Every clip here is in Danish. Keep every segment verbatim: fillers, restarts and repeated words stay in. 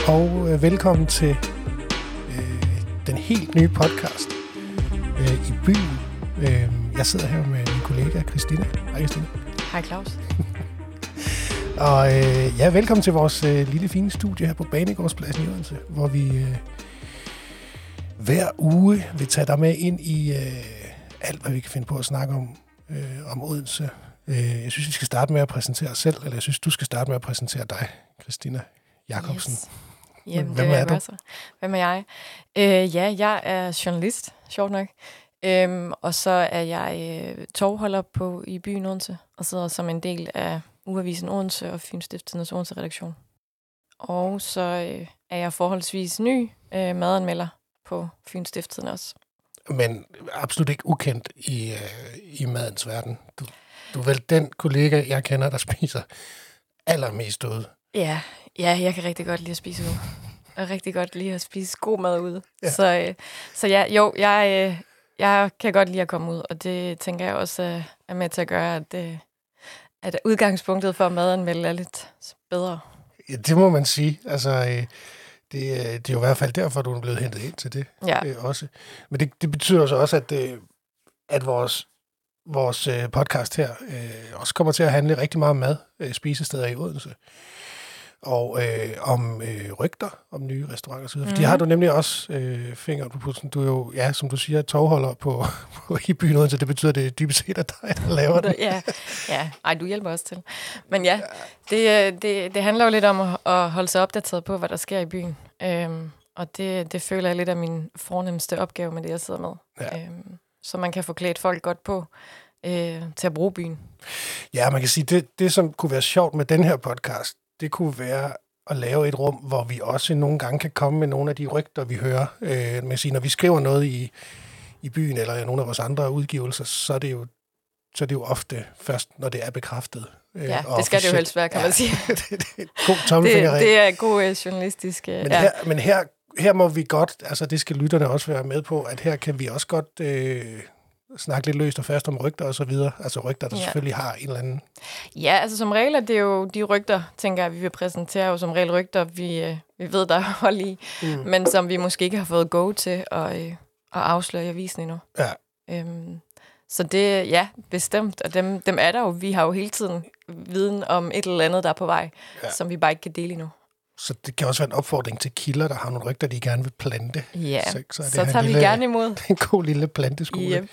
og øh, velkommen til øh, den helt nye podcast øh, i byen. Øh, jeg sidder her med min kollega Christina. Hej Christina. Hej Claus. Og øh, ja, velkommen til vores øh, lille fine studie her på Banegårdspladsen i Odense, hvor vi øh, hver uge vil tage dig med ind i øh, alt, hvad vi kan finde på at snakke om, øh, om Odense. Øh, jeg synes, vi skal starte med at præsentere os selv, eller jeg synes, du skal starte med at præsentere dig, Christina Jacobsen. Yes. Jamen, Hvem det er du? Så. Hvem er jeg? Øh, ja, jeg er journalist, sjovt nok. Øhm, og så er jeg øh, tovholder på i byen Odense, og sidder som en del af Ugeavisen Odense og Fyns Stiftstidendes Odense-redaktion. Og så øh, er jeg forholdsvis ny øh, madanmelder på Fyns Stiftstiden også. Men absolut ikke ukendt i, øh, i madens verden. Du, du er vel den kollega, jeg kender, der spiser allermest ude. Ja, ja, jeg kan rigtig godt lide at spise ude. Og rigtig godt lide at spise god mad ude. Ja. Så, øh, så ja, jo, jeg, øh, jeg kan godt lide at komme ud, og det tænker jeg også øh, er med til at gøre, at, øh, at udgangspunktet for madanmelde er lidt bedre. Ja, det må man sige. Altså, øh, det, øh, det er jo i hvert fald derfor, du er blevet hentet ind til det Ja. øh, også. Men det, det betyder så også, at, øh, at vores, vores øh, podcast her øh, også kommer til at handle rigtig meget om mad, øh, spisesteder i Odense. Og øh, om øh, rygter om nye restauranter og så videre. Mm. Fordi har du nemlig også øh, fingeren på pulsen. Du er jo, ja, som du siger, tovholder på, på i byen Odense. Det betyder, det dybest set er dig, der laver det. Ja, ja. Ej, du hjælper også til. Men ja, det, det, det handler jo lidt om at, at holde sig opdateret på, hvad der sker i byen. Øhm, og det, det føler jeg lidt af min fornemmeste opgave med det, jeg sidder med. Ja. Øhm, så man kan få klædt folk godt på øh, til at bruge byen. Ja, man kan sige, det, det som kunne være sjovt med den her podcast, det kunne være at lave et rum, hvor vi også nogle gange kan komme med nogle af de rygter, vi hører. Øh, med sige, når vi skriver noget i, i byen, eller nogle af vores andre udgivelser, så er det jo, så er det jo ofte først, når det er bekræftet. Øh, ja, det skal det jo helst være, kan ja, man sige. det, det er god tommelfingerregel. Det, det er god øh, journalistisk... Øh, men ja. her, men her, her må vi godt, altså det skal lytterne også være med på, at her kan vi også godt... Øh, snakke lidt løst og fast om rygter og så videre. Altså rygter, der ja. selvfølgelig har en eller anden... Ja, altså som regel er det jo de rygter, tænker jeg, vi vil præsentere, jo som regel rygter, vi, øh, vi ved, der er hold i, mm. men som vi måske ikke har fået go til at, øh, at afsløre i avisen endnu. Ja. Øhm, så det, ja, bestemt, og dem, dem er der jo. Vi har jo hele tiden viden om et eller andet, der er på vej, ja. som vi bare ikke kan dele endnu. Så det kan også være en opfordring til kilder, der har nogle rygter, de gerne vil plante. Ja, så, så, så tager lille, vi gerne imod. Det er en god lille planteskole. Yep.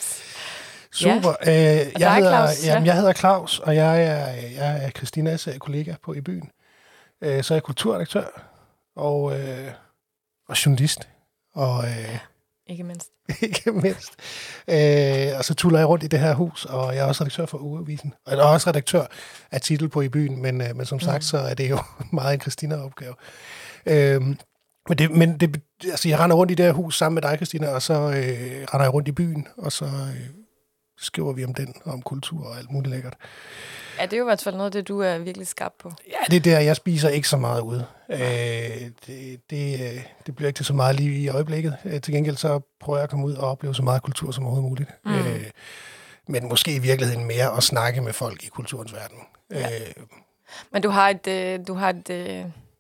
Super. Ja. Øh, jeg, hedder, Claus, jamen, ja. jeg hedder Claus, og jeg er, jeg er Christinas kollega på i byen. Øh, så er jeg kulturredaktør og, øh, og journalist. Og, øh, ikke mindst. ikke mindst. Øh, og så tuller jeg rundt i det her hus, og jeg er også redaktør for Ugeavisen. Og jeg er også redaktør af titel på i byen, men, øh, men som sagt, mm. så er det jo meget en Christina-opgave. Øh, men det, men det, altså, jeg render rundt i det her hus sammen med dig, Christina, og så øh, render jeg rundt i byen, og så øh, skriver vi om den, og om kultur og alt muligt lækkert. Ja, det er jo i hvert fald noget, det du er virkelig skarp på. Ja, det er der, jeg spiser ikke så meget ude. Øh, det, det, det bliver ikke til så meget lige i øjeblikket. Øh, til gengæld så prøver jeg at komme ud og opleve så meget kultur som overhovedet muligt. Mm. Øh, men måske i virkeligheden mere at snakke med folk i kulturens verden. Ja. Øh, men du har et... Øh, du har et øh,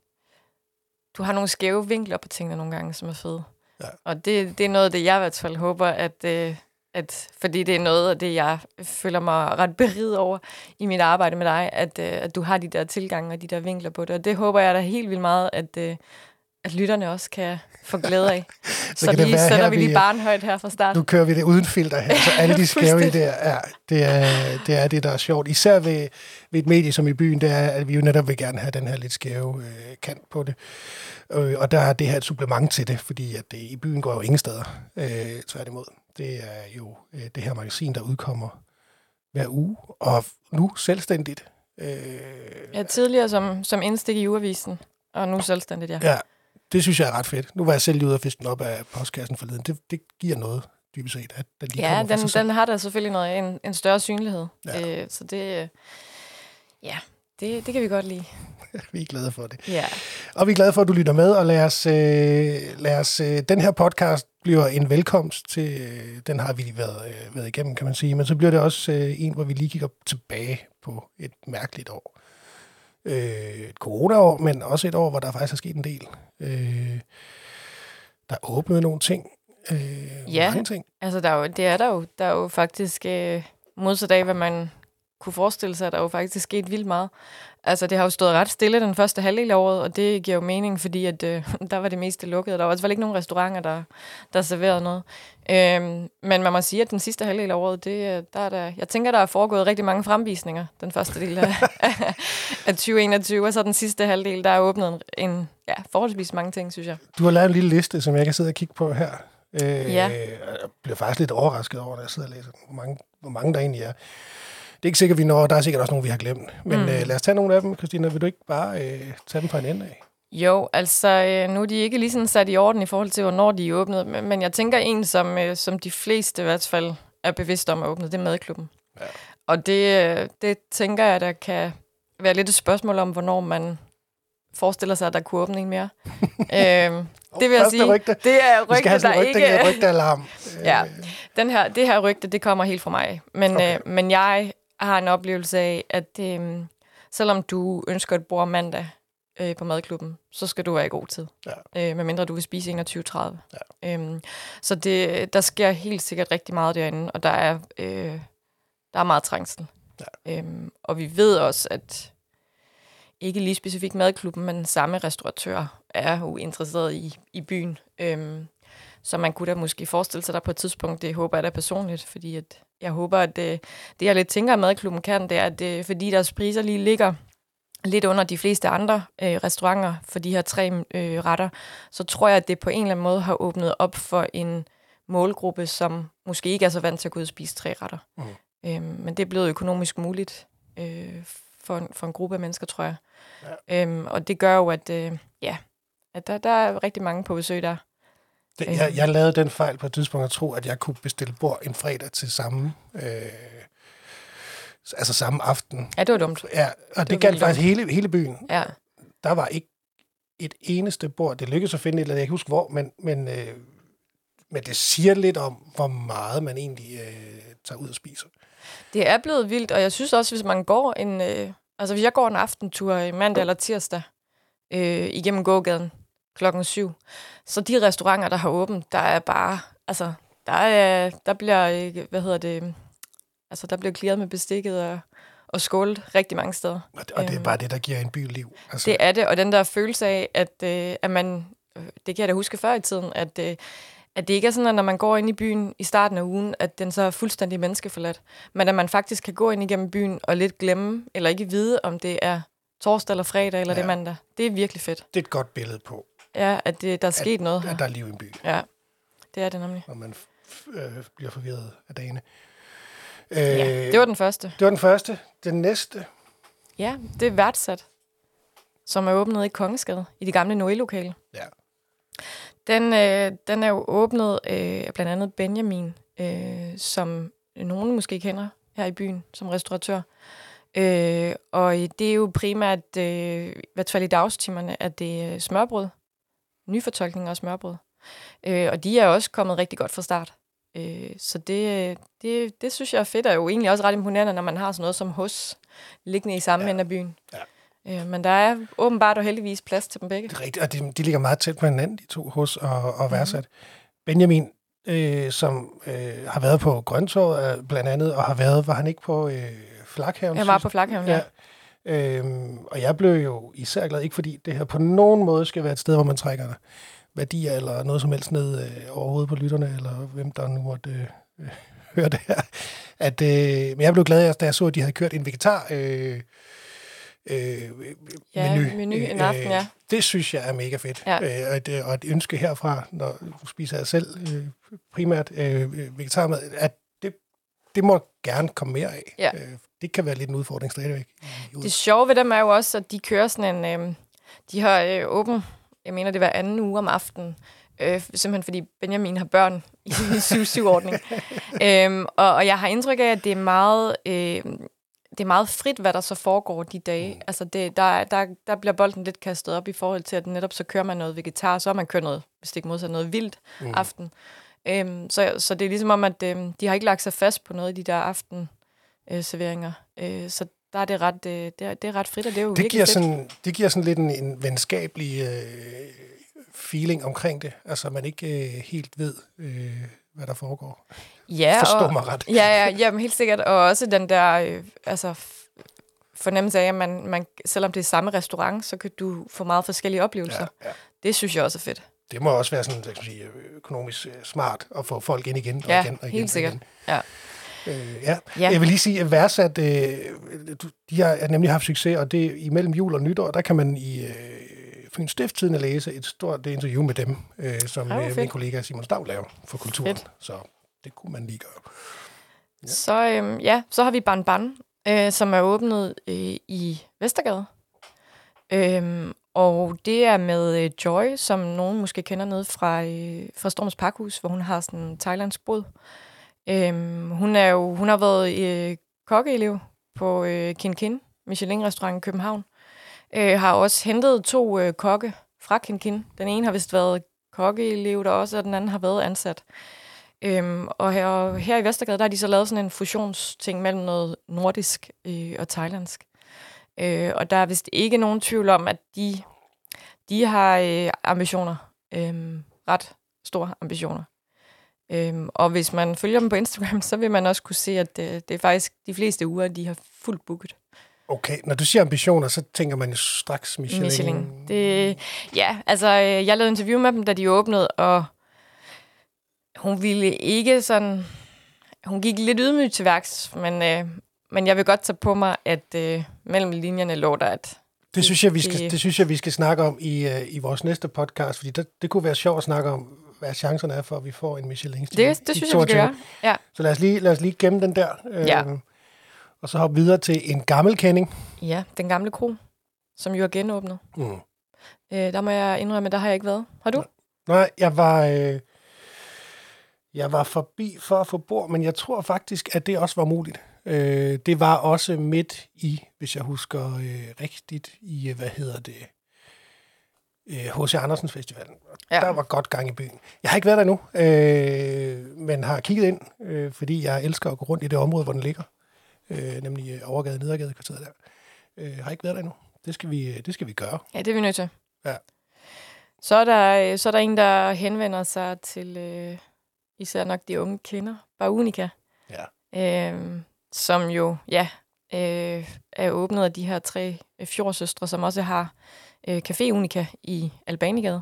du har nogle skæve vinkler på tingene nogle gange, som er fede. Ja. Og det, det er noget af det, jeg i hvert fald håber, at... Øh, At, fordi det er noget af det, jeg føler mig ret beriget over i mit arbejde med dig, at, at du har de der tilgange og de der vinkler på det. Og det håber jeg da helt vildt meget, at, at lytterne også kan få glæde af. så så lige være, sætter vi lige barnhøjt her fra start. Nu kører vi det uden filter her, så alle de skæve idéer, ja, det, er, det er det, der er sjovt. Især ved, ved et medie som i byen, det er, at vi jo netop vil gerne have den her lidt skæve øh, kant på det. Øh, og der er det her et supplement til det, fordi at det, i byen går jo ingen steder, øh, tværtimod. Det er jo øh, det her magasin, der udkommer hver uge, og nu selvstændigt. Øh, ja, tidligere som, som indstik i Ugeavisen, og nu selvstændigt, ja. Ja, det synes jeg er ret fedt. Nu var jeg selv lige ude og fiske den op af postkassen forleden. Det, det giver noget, dybest set, at den lige ja, kommer den, for sig den har da selvfølgelig noget, en, en større synlighed. Ja. Øh, så det, ja, det, det kan vi godt lide. Vi er glade for det. Ja. Og vi er glade for, at du lytter med, og lad os, øh, lad os øh, den her podcast bliver en velkomst til, øh, den har vi været, øh, været igennem, kan man sige, men så bliver det også øh, en, hvor vi lige kigger tilbage på et mærkeligt år. øh, et corona-år, men også et år, hvor der faktisk er sket en del. Øh, der er åbnet nogle ting. Øh, ja, mange ting. altså der er jo, det er der jo. Der er jo faktisk øh, modsat af, hvad man kunne forestille sig, at der er jo faktisk sket vildt meget. Altså, det har jo stået ret stille den første halvdel af året, og det giver jo mening, fordi at, øh, der var det meste lukket. Der var i hvert fald ikke nogen restauranter, der, der serverede noget. Øhm, men man må sige, at den sidste halvdel af året, det, der er der, jeg tænker, der er foregået rigtig mange fremvisninger den første del af, af tyve enogtyve, og så den sidste halvdel, der er åbnet en, en ja, forholdsvis mange ting, synes jeg. Du har lavet en lille liste, som jeg kan sidde og kigge på her. Øh, ja. Jeg bliver faktisk lidt overrasket over, når jeg sidder og læser, hvor mange, hvor mange der egentlig er. Det er ikke sikkert, vi når. Der er sikkert også nogle, vi har glemt. Men mm. øh, lad os tage nogle af dem. Christina, vil du ikke bare øh, tage dem fra en ende af? Jo, altså øh, nu er de ikke lige sådan sat i orden i forhold til, hvornår de er åbnet. Men, men jeg tænker en, som, øh, som de fleste i hvert fald er bevidste om at åbne, det er madklubben. Ja. Og det, øh, det tænker jeg, der kan være lidt et spørgsmål om, hvornår man forestiller sig, at der kunne åbne en mere. øhm, det vil jeg sige. Rygte. Det er rygte, vi skal have der rygte, ikke... Der rygtealarm. ja, den her, det her rygte, det kommer helt fra mig. Men, okay. øh, men jeg har en oplevelse af, at øh, selvom du ønsker et bord mandag øh, på madklubben, så skal du være i god tid. Ja. Øh, medmindre du vil spise enogtyve tredive. Ja. Øhm, så det, der sker helt sikkert rigtig meget derinde, og der er, øh, der er meget trængsel. Ja. Øhm, og vi ved også, at ikke lige specifikt madklubben, men samme restauratør er jo interesseret i, i byen. Øhm, så man kunne da måske forestille sig der på et tidspunkt, det håber jeg da personligt, fordi at jeg håber, at det, det jeg lidt tænker, at madklubben kan, det er, at det, fordi deres priser lige ligger lidt under de fleste andre øh, restauranter for de her tre øh, retter, så tror jeg, at det på en eller anden måde har åbnet op for en målgruppe, som måske ikke er så vant til at gå ud og spise tre retter. Mm. Øhm, men det er blevet økonomisk muligt øh, for, en, for en gruppe af mennesker, tror jeg. Ja. Øhm, og det gør jo, at, øh, ja, at der, der er rigtig mange på besøg der. Det, jeg, jeg lavede den fejl på et tidspunkt at tro, at jeg kunne bestille bord en fredag til samme, øh, altså samme aften. Ja, det var dumt. Ja, og det, det galt faktisk hele, hele byen. Ja. Der var ikke et eneste bord. Det lykkedes at finde et eller andet, jeg kan huske hvor, men, men, øh, men det siger lidt om, hvor meget man egentlig øh, tager ud og spiser. Det er blevet vildt, og jeg synes også, hvis man går en... Øh, altså, hvis jeg går en aftentur i mandag eller tirsdag øh, igennem gågaden klokken syv, så de restauranter, der har åbent, der er bare... Altså, der, er, der bliver... Hvad hedder det... Altså, der bliver clearet med bestikket og, og skålet rigtig mange steder. Og det, og det er bare det, der giver en by liv. Altså. Det er det, og den der følelse af, at, øh, at man... Det kan jeg da huske før i tiden, at... Øh, At det ikke er sådan, at når man går ind i byen i starten af ugen, at den så er fuldstændig menneskeforladt. Men at man faktisk kan gå ind igennem byen og lidt glemme, eller ikke vide, om det er torsdag eller fredag, eller ja. Det er mandag. Det er virkelig fedt. Det er et godt billede på. Ja, at det, der er sket at, noget her. At der er liv i en by. Ja, det er det nemlig. Og man f- øh, bliver forvirret af dagene. Øh, ja, det var den første. Det var den første. Den næste? Ja, det er Værtsat, som er åbnet i Kongensgade, i det gamle Noé-lokale. Ja. Den, øh, den er jo åbnet øh, af blandt andet Benjamin, øh, som nogen måske kender her i byen som restauratør. Øh, og det er jo primært, øh, i hvert fald i dagstimerne, at det er smørbrød. Nyfortolkning af smørbrød. Øh, og de er også kommet rigtig godt fra start. Øh, så det, det, det synes jeg er fedt, og er jo egentlig også ret imponerende, når man har sådan noget som hos liggende i samme ja. ende af byen. Ja. Øh, men der er åbenbart og heldigvis plads til dem begge. Det er rigtigt, og de, de ligger meget tæt på hinanden, de to, hos og, og Værtsat. Mm-hmm. Benjamin, øh, som øh, har været på Grøntorvet øh, blandt andet, og har været, var han ikke på øh, Flakhaven? Jeg var på Flakhaven, ja. ja. Øhm, og jeg blev jo især glad, ikke fordi det her på nogen måde skal være et sted, hvor man trækker værdier eller noget som helst ned øh, overhovedet på lytterne, eller hvem der nu måtte øh, høre det her. At, øh, men jeg blev glad, da jeg så, at de havde kørt en vegetar øh, Øh, ja, menu. menu en aften, ja. Det synes jeg er mega fedt. Ja. Øh, og, et, og et ønske herfra, når du spiser jeg selv øh, primært øh, vegetarmad, at det, det må gerne komme mere af. Ja. Øh, det kan være lidt en udfordring stadigvæk. Det sjove ved dem er jo også, at de kører sådan en... Øh, de har øh, åben, jeg mener det var anden uge om aftenen, øh, simpelthen fordi Benjamin har børn i en syv syv-ordning. øhm, og, og jeg har indtryk af, at det er meget... Øh, Det er meget frit, hvad der så foregår de dage. Mm. Altså det, der, der, der bliver bolden lidt kastet op i forhold til, at netop så kører man noget vegetar, så har man kørt noget, hvis det ikke modsat, noget vildt mm. aften. Øhm, så, så det er ligesom om, at øhm, de har ikke lagt sig fast på noget af de der aftenserveringer. Øh, så der er det ret, øh, det, er, det er ret frit, og det er jo det virkelig giver fedt. sådan, det giver sådan lidt en, en venskabelig øh, feeling omkring det. Altså, man ikke øh, helt ved, øh, hvad der foregår. Ja, Forstå og, mig ret. Ja, ja, jamen, helt sikkert. Og også den der øh, altså, fornemmelse af, at man, man, selvom det er samme restaurant, så kan du få meget forskellige oplevelser. Ja, ja. Det synes jeg også er fedt. Det må også være sådan, skal sige, økonomisk smart at få folk ind igen og ja, igen og igen. helt sikkert. Igen. Ja. Øh, ja. ja. Jeg vil lige sige, at værdsat, øh, de har nemlig haft succes, og det imellem jul og nytår, der kan man i øh, Fyns Stiftstidende læse et stort interview med dem, øh, som øh, min kollega Simon Stav laver for Kulturen. Fedt. Så det kunne man lige gøre. Ja. Så, øh, ja, så har vi Ban Ban, øh, som er åbnet øh, i Vestergade. Øh, og det er med øh, Joy, som nogen måske kender ned fra, øh, fra Storms Pakhus, hvor hun har sådan en thailandsk bod. Øhm, hun er jo hun har været øh, kokkeelev på øh, Kin Kin, Michelin-restaurant i København. Øh, har også hentet to øh, kokke fra Kin Kin. Den ene har vist været kokkeelev der også, og den anden har været ansat. Øhm, og her, her i Vestergade, der har de så lavet sådan en fusionsting mellem noget nordisk øh, og thailandsk. Øh, og der er vist ikke nogen tvivl om, at de, de har øh, ambitioner. Øh, ret store ambitioner. Øhm, og hvis man følger dem på Instagram, så vil man også kunne se, at det, det er faktisk de fleste uger, de har fuldt booket. Okay, når du siger ambitioner, så tænker man jo straks Michelin. Michelin. Det, ja, altså jeg lavede interview med dem, da de åbnede, og hun ville ikke sådan... Hun gik lidt ydmygt til værks, men, øh, men jeg vil godt tage på mig, at øh, mellem linjerne lå der, at... Det synes jeg, vi skal, det synes jeg, vi skal snakke om i, uh, i vores næste podcast, fordi det, det kunne være sjovt at snakke om, hvad chancerne er for, at vi får en Michelin-stjerne. Det, det synes jeg, vi skal gøre. Ja. Så lad os, lige, lad os lige gemme den der, øh, ja. Og så hoppe videre til en gammel kending. Ja, den gamle kro, som jo er genåbnet. Mm. Øh, der må jeg indrømme, der har jeg ikke været. Har du? Nej, jeg var, øh, jeg var forbi for at få bord, men jeg tror faktisk, at det også var muligt. Øh, det var også midt i, hvis jeg husker øh, rigtigt, i, hvad hedder det, H C Andersens Festival. Ja. Der var godt gang i byen. Jeg har ikke været der endnu, øh, men har kigget ind, øh, fordi jeg elsker at gå rundt i det område, hvor den ligger. Øh, nemlig Overgade, Nedergade kvarteret der. Øh, har ikke været der endnu. Det skal vi, det skal vi gøre. Ja, det er vi nødt til. Ja. Så er der, så er der en, der henvender sig til øh, især nok de unge kvinder. Barunica. Ja. Øh, som jo, ja, øh, er åbnet af de her tre øh, fjordsøstre, som også har øh, Café Unica i Albanigade.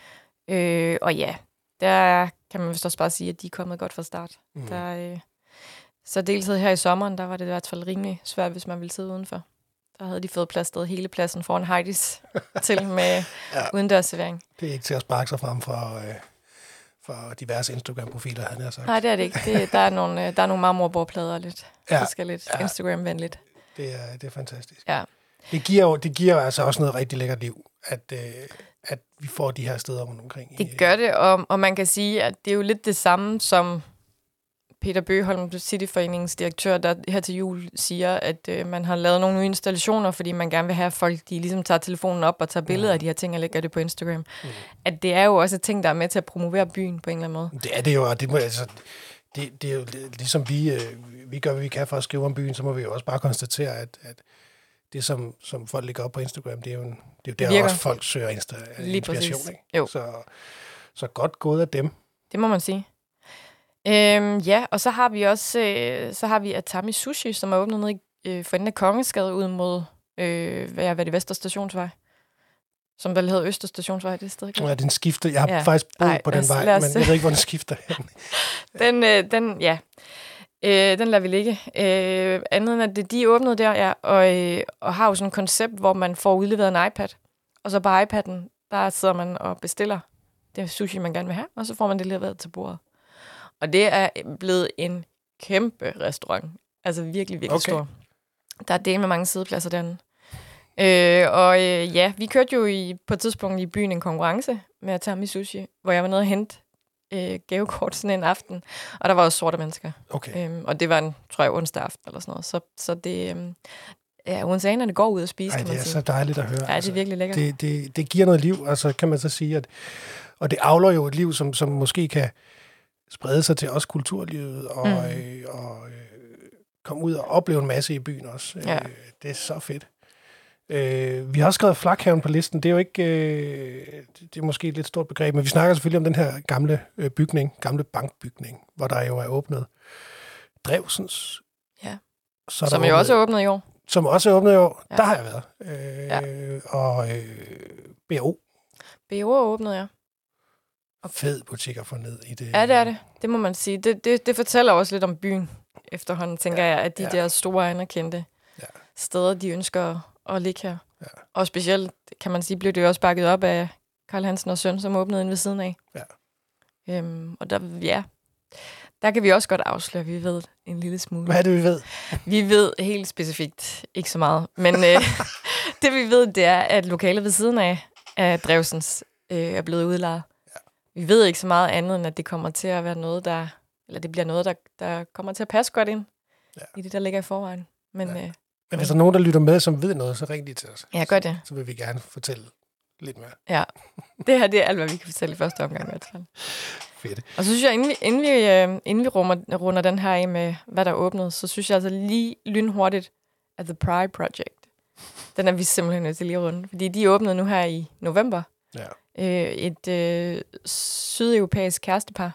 Øh, og ja, der kan man vist også bare sige, at de er kommet godt fra start. Mm. Der, øh, så deltid her i sommeren, der var det i hvert fald rimelig svært, hvis man ville sidde udenfor. Der havde de fået plastret hele pladsen foran Heidis til med ja. udendørsservering. Det er ikke til at sparke sig frem for, øh, for diverse Instagram-profiler, havde jeg sagt. Nej, det er det ikke. Det, der er nogle, der er nogle marmorbordplader lidt ja. forskelligt. Ja. Instagram-venligt. Det er, det er fantastisk. Ja. Det giver jo det giver altså også noget rigtig lækkert liv, at, øh, at vi får de her steder rundt omkring. Det gør det, og, og man kan sige, at det er jo lidt det samme, som Peter Bøgeholm, Cityforeningens direktør, der her til jul siger, at øh, man har lavet nogle nye installationer, fordi man gerne vil have, at folk de ligesom tager telefonen op og tager billeder mm. af de her ting og lægger det på Instagram. Mm. At det er jo også ting, der er med til at promovere byen på en eller anden måde. Det er det jo, og det, må, altså, det, det er jo ligesom vi, øh, vi gør, hvad vi kan for at skrive om byen, så må vi jo også bare konstatere, at, at det, som, som folk lægger op på Instagram, det er jo, en, det er jo der, også folk søger insta- inspiration. Ikke? Jo. Så, så godt gået af dem. Det må man sige. Øhm, ja, og så har vi også øh, så har vi Atami Sushi, som er åbnet ned i øh, for enden af Kongensgade ud mod øh, hvad er det, Vester Stationsvej, som vel hedder Øster Stationsvej, det sted. Ikke? Ja, den skifter. Jeg har ja. faktisk boet Ej, på den vej, men jeg ved ikke, hvor den skifter hen. den, øh, den, ja, øh, den lader vi ligge. Øh, andet end at det, de er åbnet der, ja, og, øh, og har jo sådan et koncept, hvor man får udleveret en iPad, og så på iPad'en, der sidder man og bestiller det sushi, man gerne vil have, og så får man det leveret til bordet. Og det er blevet en kæmpe restaurant. Altså virkelig, virkelig okay. stor. Der er del med mange sidepladser derinde. Øh, og øh, ja, vi kørte jo i, på et tidspunkt i byen en konkurrence med Atami Sushi, hvor jeg var nede og hente øh, gavekort sådan en aften. Og der var også sorte mennesker. Okay. Øhm, og det var en, tror jeg, onsdag aften eller sådan noget. Så, så det... Øh, ja, onsdagen går ud og spise, Ej, kan man det er sige. så dejligt at høre. Ja, det er virkelig lækkert. Det, det, det giver noget liv, altså kan man så sige, at og det avler jo et liv, som, som måske kan sprede sig til også kulturlivet og, mm. øh, og øh, komme ud og opleve en masse i byen også. Ja. Øh, det er så fedt. Øh, vi har også skrevet Flakhaven på listen. Det er jo ikke... Øh, det er måske et lidt stort begreb, men vi snakker selvfølgelig om den her gamle øh, bygning, gamle bankbygning, hvor der jo er åbnet Drewsens. Ja. Så som jo åbnet, også er åbnet i år. Som også er åbnet i år. Ja. Der har jeg været. Øh, ja. Og øh, B O. B O er åbnet, ja. Og fed butik at få ned i det. Ja, det er det. Det må man sige. Det, det, det fortæller også lidt om byen efterhånden, tænker ja. jeg, at de ja. der store anerkendte ja. steder, de ønsker at, at ligge her. Ja. Og specielt, kan man sige, blev det jo også bakket op af Carl Hansen og Søn, som åbnede inde ved siden af. Ja. Øhm, og der, ja, der kan vi også godt afsløre, at vi ved en lille smule. Hvad er det, vi ved? Vi ved helt specifikt ikke så meget, men øh, det vi ved, det er, at lokalet ved siden af, af Drewsens øh, er blevet udlejet. Ja. Vi ved ikke så meget andet, end at det kommer til at være noget, der, eller det bliver noget, der, der kommer til at passe godt ind ja. i det, der ligger i forvejen. Men, ja. øh, men hvis der er nogen, der lytter med, som ved noget, så ring lige til os. Ja, gør det. Så, så vil vi gerne fortælle lidt mere. Ja, det her det er alt, hvad vi kan fortælle i første omgang i hvert fald. Fedt. Og så synes jeg, inden vi, inden vi, øh, inden vi runder, runder den her af med, hvad der er åbnet, så synes jeg altså lige lynhurtigt, at The Pride Project, den er vi simpelthen nødt til lige at runde. Fordi de åbnede nu her i november. Ja. Øh, et øh, sydeuropæisk kærestepar,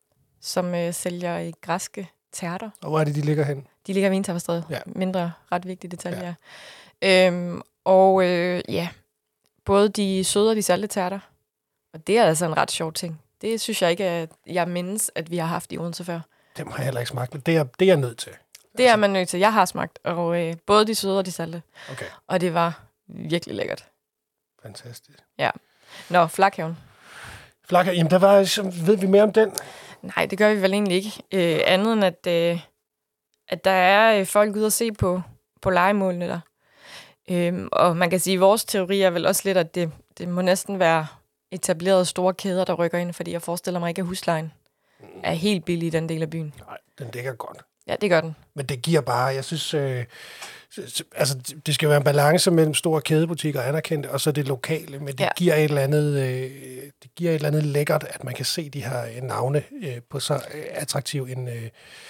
som øh, sælger i græske tærter. Og hvor er det, de ligger hen? De ligger i Vintafferstræde. Ja. Mindre ret vigtige detaljer. Ja. Øhm, og øh, ja, både de søde og de salte tærter. Og det er altså en ret sjov ting. Det synes jeg ikke, at jeg mindes, at vi har haft i Odense før. Det har jeg heller ikke smagt, men det er, det er jeg nødt til. Det er man nødt til. Jeg har smagt, og øh, både de søde og de salte. Okay. Og det var virkelig lækkert. Fantastisk. Ja. Nå, Flakhaven. Flakhaven, jamen der var, ved vi mere om den? Nej, det gør vi vel egentlig ikke. Øh, andet end, at, øh, at der er øh, folk ude at se på, på legemålene der. Øh, og man kan sige, at vores teori er vel også lidt, at det, det må næsten være etablerede store kæder, der rykker ind, fordi jeg forestiller mig ikke, at huslejen er helt billig i den del af byen. Nej, den dækker godt. Ja, det gør den. Men det giver bare, jeg synes, øh, altså det skal være en balance mellem store kædebutikker og anerkendte, og så det lokale, men det ja. giver et eller andet, øh, det giver et eller andet lækkert, at man kan se de her navne øh, på så øh, attraktiv en, øh,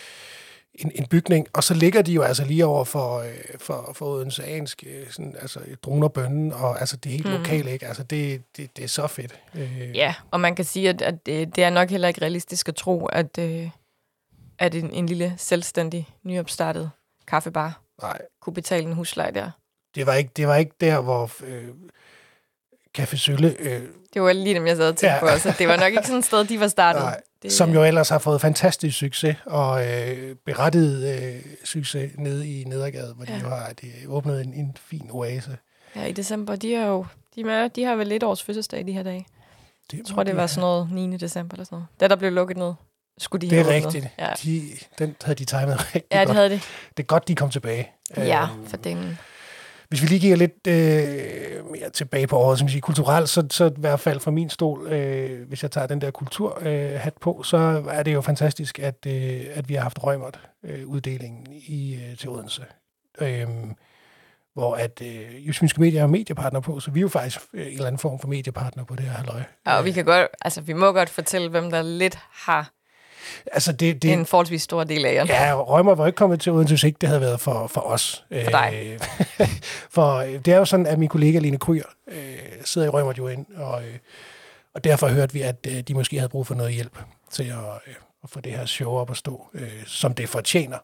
en, en bygning, og så ligger de jo altså lige over for, øh, for, for Odenseansk, øh, sådan, altså Dronerbønnen, og altså det helt mm. lokale, ikke? Altså det, det, det er så fedt. Øh. Ja, og man kan sige, at, at det, det er nok heller ikke realistisk at tro, at, øh, at en, en lille selvstændig, nyopstartet kaffebar Nej. kunne betale en husleje der. Det var ikke, det var ikke der, hvor øh, Café Sølle... Øh, det var lige dem, jeg sad og tænkte ja. på også. Det var nok ikke sådan et sted, de var startet. Nej, det, som jo ellers har fået fantastisk succes, og øh, berettiget øh, succes nede i Nedergade, hvor ja. de jo har de åbnet en, en fin oase. Ja, i december. De har jo de, med, de har vel lidt års fødselsdag de her dage. Det jeg tror, det var sådan noget niende december eller sådan noget. Da der blev lukket ned, skulle de det have er rigtigt. Ja. De, den havde de timet rigtig ja, godt. det havde de. Det er godt, de kom tilbage. Ja, øhm, for den... Hvis vi lige giver lidt øh, mere tilbage på året, som siger kulturelt, så, så i hvert fald fra min stol, øh, hvis jeg tager den der kulturhat øh, på, så er det jo fantastisk, at, øh, at vi har haft Reumert-uddelingen øh, i øh, til Odense. Øh, hvor at øh, Jysmynske Medier er mediepartner på, så vi er jo faktisk øh, en eller anden form for mediepartner på det her halløj. Ja, og vi kan godt, altså vi må godt fortælle, hvem der lidt har altså det, det, en forholdsvis stor del af jer. Ja, Reumert var ikke kommet til Odense, hvis ikke det havde været for, for os. For dig. For det er jo sådan, at min kollega Line Kryer øh, sidder i Reumert jo ind, og, øh, og derfor hørte vi, at øh, de måske havde brug for noget hjælp til at, øh, at få det her show op at stå, øh, som det fortjener.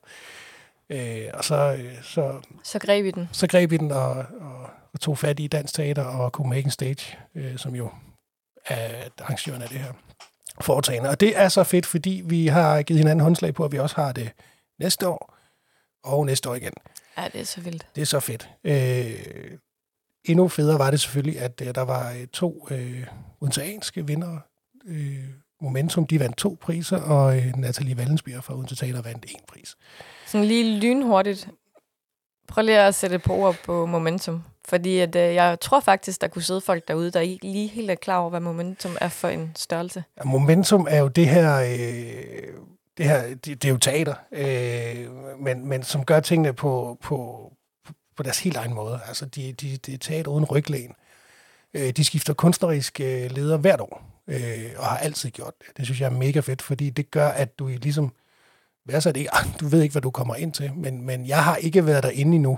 Øh, og så, øh, så, så greb vi den. Så greb vi den og, og, og tog fat i Dansk Teater og Copenhagen Stage, øh, som jo er arrangøren af det her foretagende. Og det er så fedt, fordi vi har givet hinanden håndslag på, at vi også har det næste år, og næste år igen. Ja, det er så vildt. Det er så fedt. Øh, endnu federe var det selvfølgelig, at øh, der var øh, to øh, odenseanske vindere. Øh, Momentum, de vandt to priser, og øh, Nathalie Wallensbjerg fra Odense Teater vandt en pris. Sådan lige lynhurtigt. Prøv lige at sætte på ord på Momentum. Fordi at, øh, jeg tror faktisk, der kunne sidde folk derude, der ikke lige helt er klar over, hvad Momentum er for en størrelse. Ja, Momentum er jo det her... Øh, det her, det, det er jo teater, øh, men, men som gør tingene på, på, på deres helt egen måde. Altså, de, de, de er teater uden ryglæn. Øh, de skifter kunstnerisk øh, leder hvert år, øh, og har altid gjort det. Det synes jeg er mega fedt, fordi det gør, at du ligesom Hvad så det ikke? Du ved ikke, hvad du kommer ind til, men, men jeg har ikke været derinde endnu,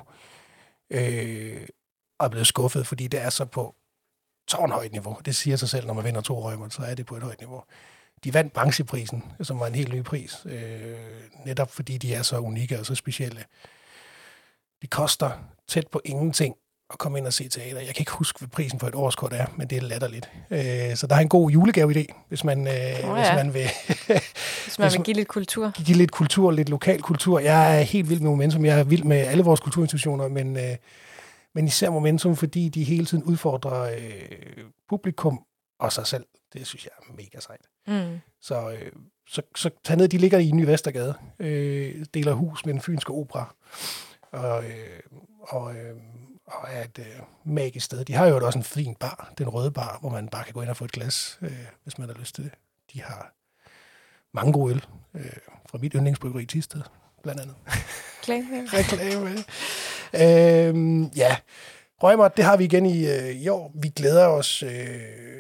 øh, og er blevet skuffet, fordi det er så på tårnhøjt niveau. Det siger sig selv, når man vinder to Reumert, så er det på et højt niveau. De vandt brancheprisen, som var en helt ny pris, øh, netop fordi de er så unikke og så specielle. Det koster tæt på ingenting at komme ind og se teater. Jeg kan ikke huske, hvad prisen for et årskort er, men det er latterligt. Øh, så der er en god julegave-idé, hvis man, øh, oh, ja. hvis man vil... hvis man vil give lidt kultur. Give lidt kultur, lidt lokal kultur. Jeg er helt vild med Momentum. Jeg er vild med alle vores kulturinstitutioner, men, øh, men især Momentum, fordi de hele tiden udfordrer øh, publikum og sig selv. Det synes jeg er mega sejt. Mm. Så, øh, så, så tag ned, de ligger i Ny Vestergade, øh, deler hus med den Fynske Opera, og, øh, og, øh, og er et øh, magisk sted. De har jo også en fin bar, den Røde Bar, hvor man bare kan gå ind og få et glas, øh, hvis man har lyst til det. De har mange gode øl, øh, fra mit yndlingsbryggeri Thisted, blandt andet. Reklame. Reklame. øh, ja, Reumert, det har vi igen i, øh, i år. Vi glæder os... Øh,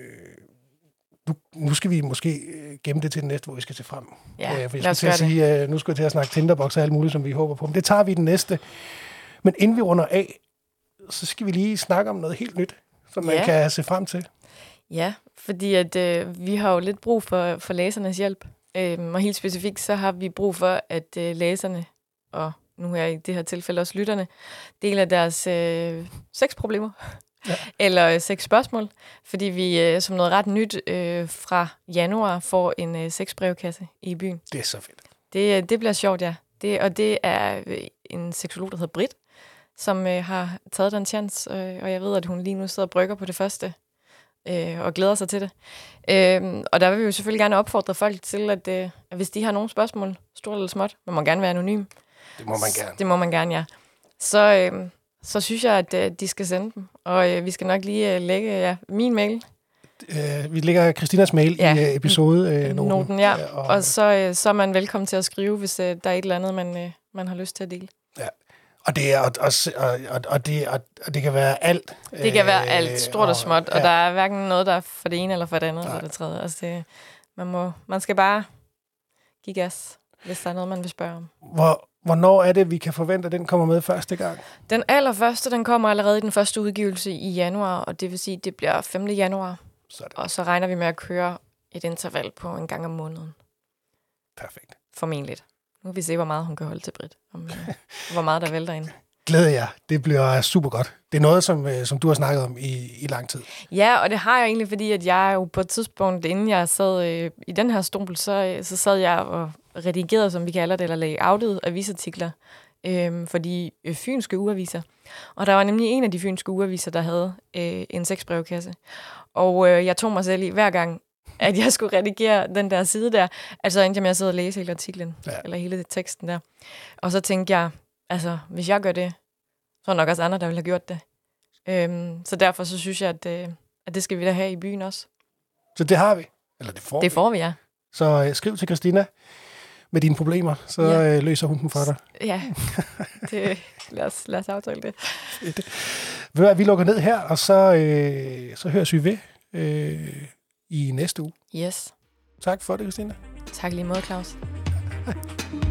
Nu, nu skal vi måske gemme det til den næste, hvor vi skal til frem. Ja, øh, for jeg skal til at sige, uh, nu skal jeg til at snakke Tinderbox og alt muligt, som vi håber på. Men det tager vi i den næste. Men inden vi runder af, så skal vi lige snakke om noget helt nyt, som man ja. kan se frem til. Ja, fordi at, øh, vi har jo lidt brug for, for læsernes hjælp. Øhm, og helt specifikt, så har vi brug for, at øh, læserne, og nu her i det her tilfælde også lytterne, deler deres øh, sexproblemer. Ja. Eller seks spørgsmål, fordi vi øh, som noget ret nyt øh, fra januar får en øh, sexbrevkasse i byen. Det er så fedt. Det, det bliver sjovt, ja. Det, og det er en seksolog, der hedder Britt, som øh, har taget den chance, øh, og jeg ved, at hun lige nu sidder og brygger på det første, øh, og glæder sig til det. Øh, og der vil vi jo selvfølgelig gerne opfordre folk til, at, øh, at hvis de har nogle spørgsmål, stort eller småt, man må gerne være anonym. Det må man gerne. Det må man gerne, ja. Så... Øh, Så synes jeg, at uh, de skal sende dem. Og uh, vi skal nok lige uh, lægge ja, min mail. Uh, vi lægger Christinas mail ja. i uh, episode-noten. Uh, Noten, ja. Uh, og og så, uh, så er man velkommen til at skrive, hvis uh, der er et eller andet, man, uh, man har lyst til at dele. Ja. Og det, er, og, og, og, og, det, og, og det kan være alt. Det kan være alt, stort og, og småt. Og ja. Der er hverken noget, der er for det ene eller for det andet. Eller det tredje. Altså det, man, må, man skal bare give gas, hvis der er noget, man vil spørge om. Hvor... Hvornår er det, vi kan forvente, at den kommer med første gang? Den allerførste, den kommer allerede i den første udgivelse i januar, og det vil sige, at det bliver femte januar. Sådan. Og så regner vi med at køre et interval på en gang om måneden. Perfekt. Formentlig. Nu vil vi se, hvor meget hun kan holde til Britt. Om, hvor meget der vælter ind. Glæder jeg. Det bliver super godt. Det er noget, som, som du har snakket om i, i lang tid. Ja, og det har jeg egentlig, fordi at jeg jo på et tidspunkt, inden jeg sad øh, i den her stol, så, så sad jeg og redigerede, som vi kalder det, eller layoutet avisartikler øh, for de øh, fynske ugeaviser. Og der var nemlig en af de fynske ugeaviser, der havde øh, en sexbrevkasse. Og øh, jeg tog mig selv i hver gang, at jeg skulle redigere den der side der, altså endte jeg med at sidde og læse hele artiklen, ja. Eller hele teksten der. Og så tænkte jeg, altså, hvis jeg gør det, så er der nok også andre, der vil have gjort det. Øhm, så derfor så synes jeg, at, øh, at det skal vi da have i byen også. Så det har vi? Eller det får det vi? får vi, ja. Så øh, skriv til Christina med dine problemer, så ja. øh, løser hun dem for dig. Ja, det, lad, os, lad os aftale det. det. Vi lukker ned her, og så, øh, så høres vi ved øh, i næste uge. Yes. Tak for det, Christina. Tak lige måde, Claus.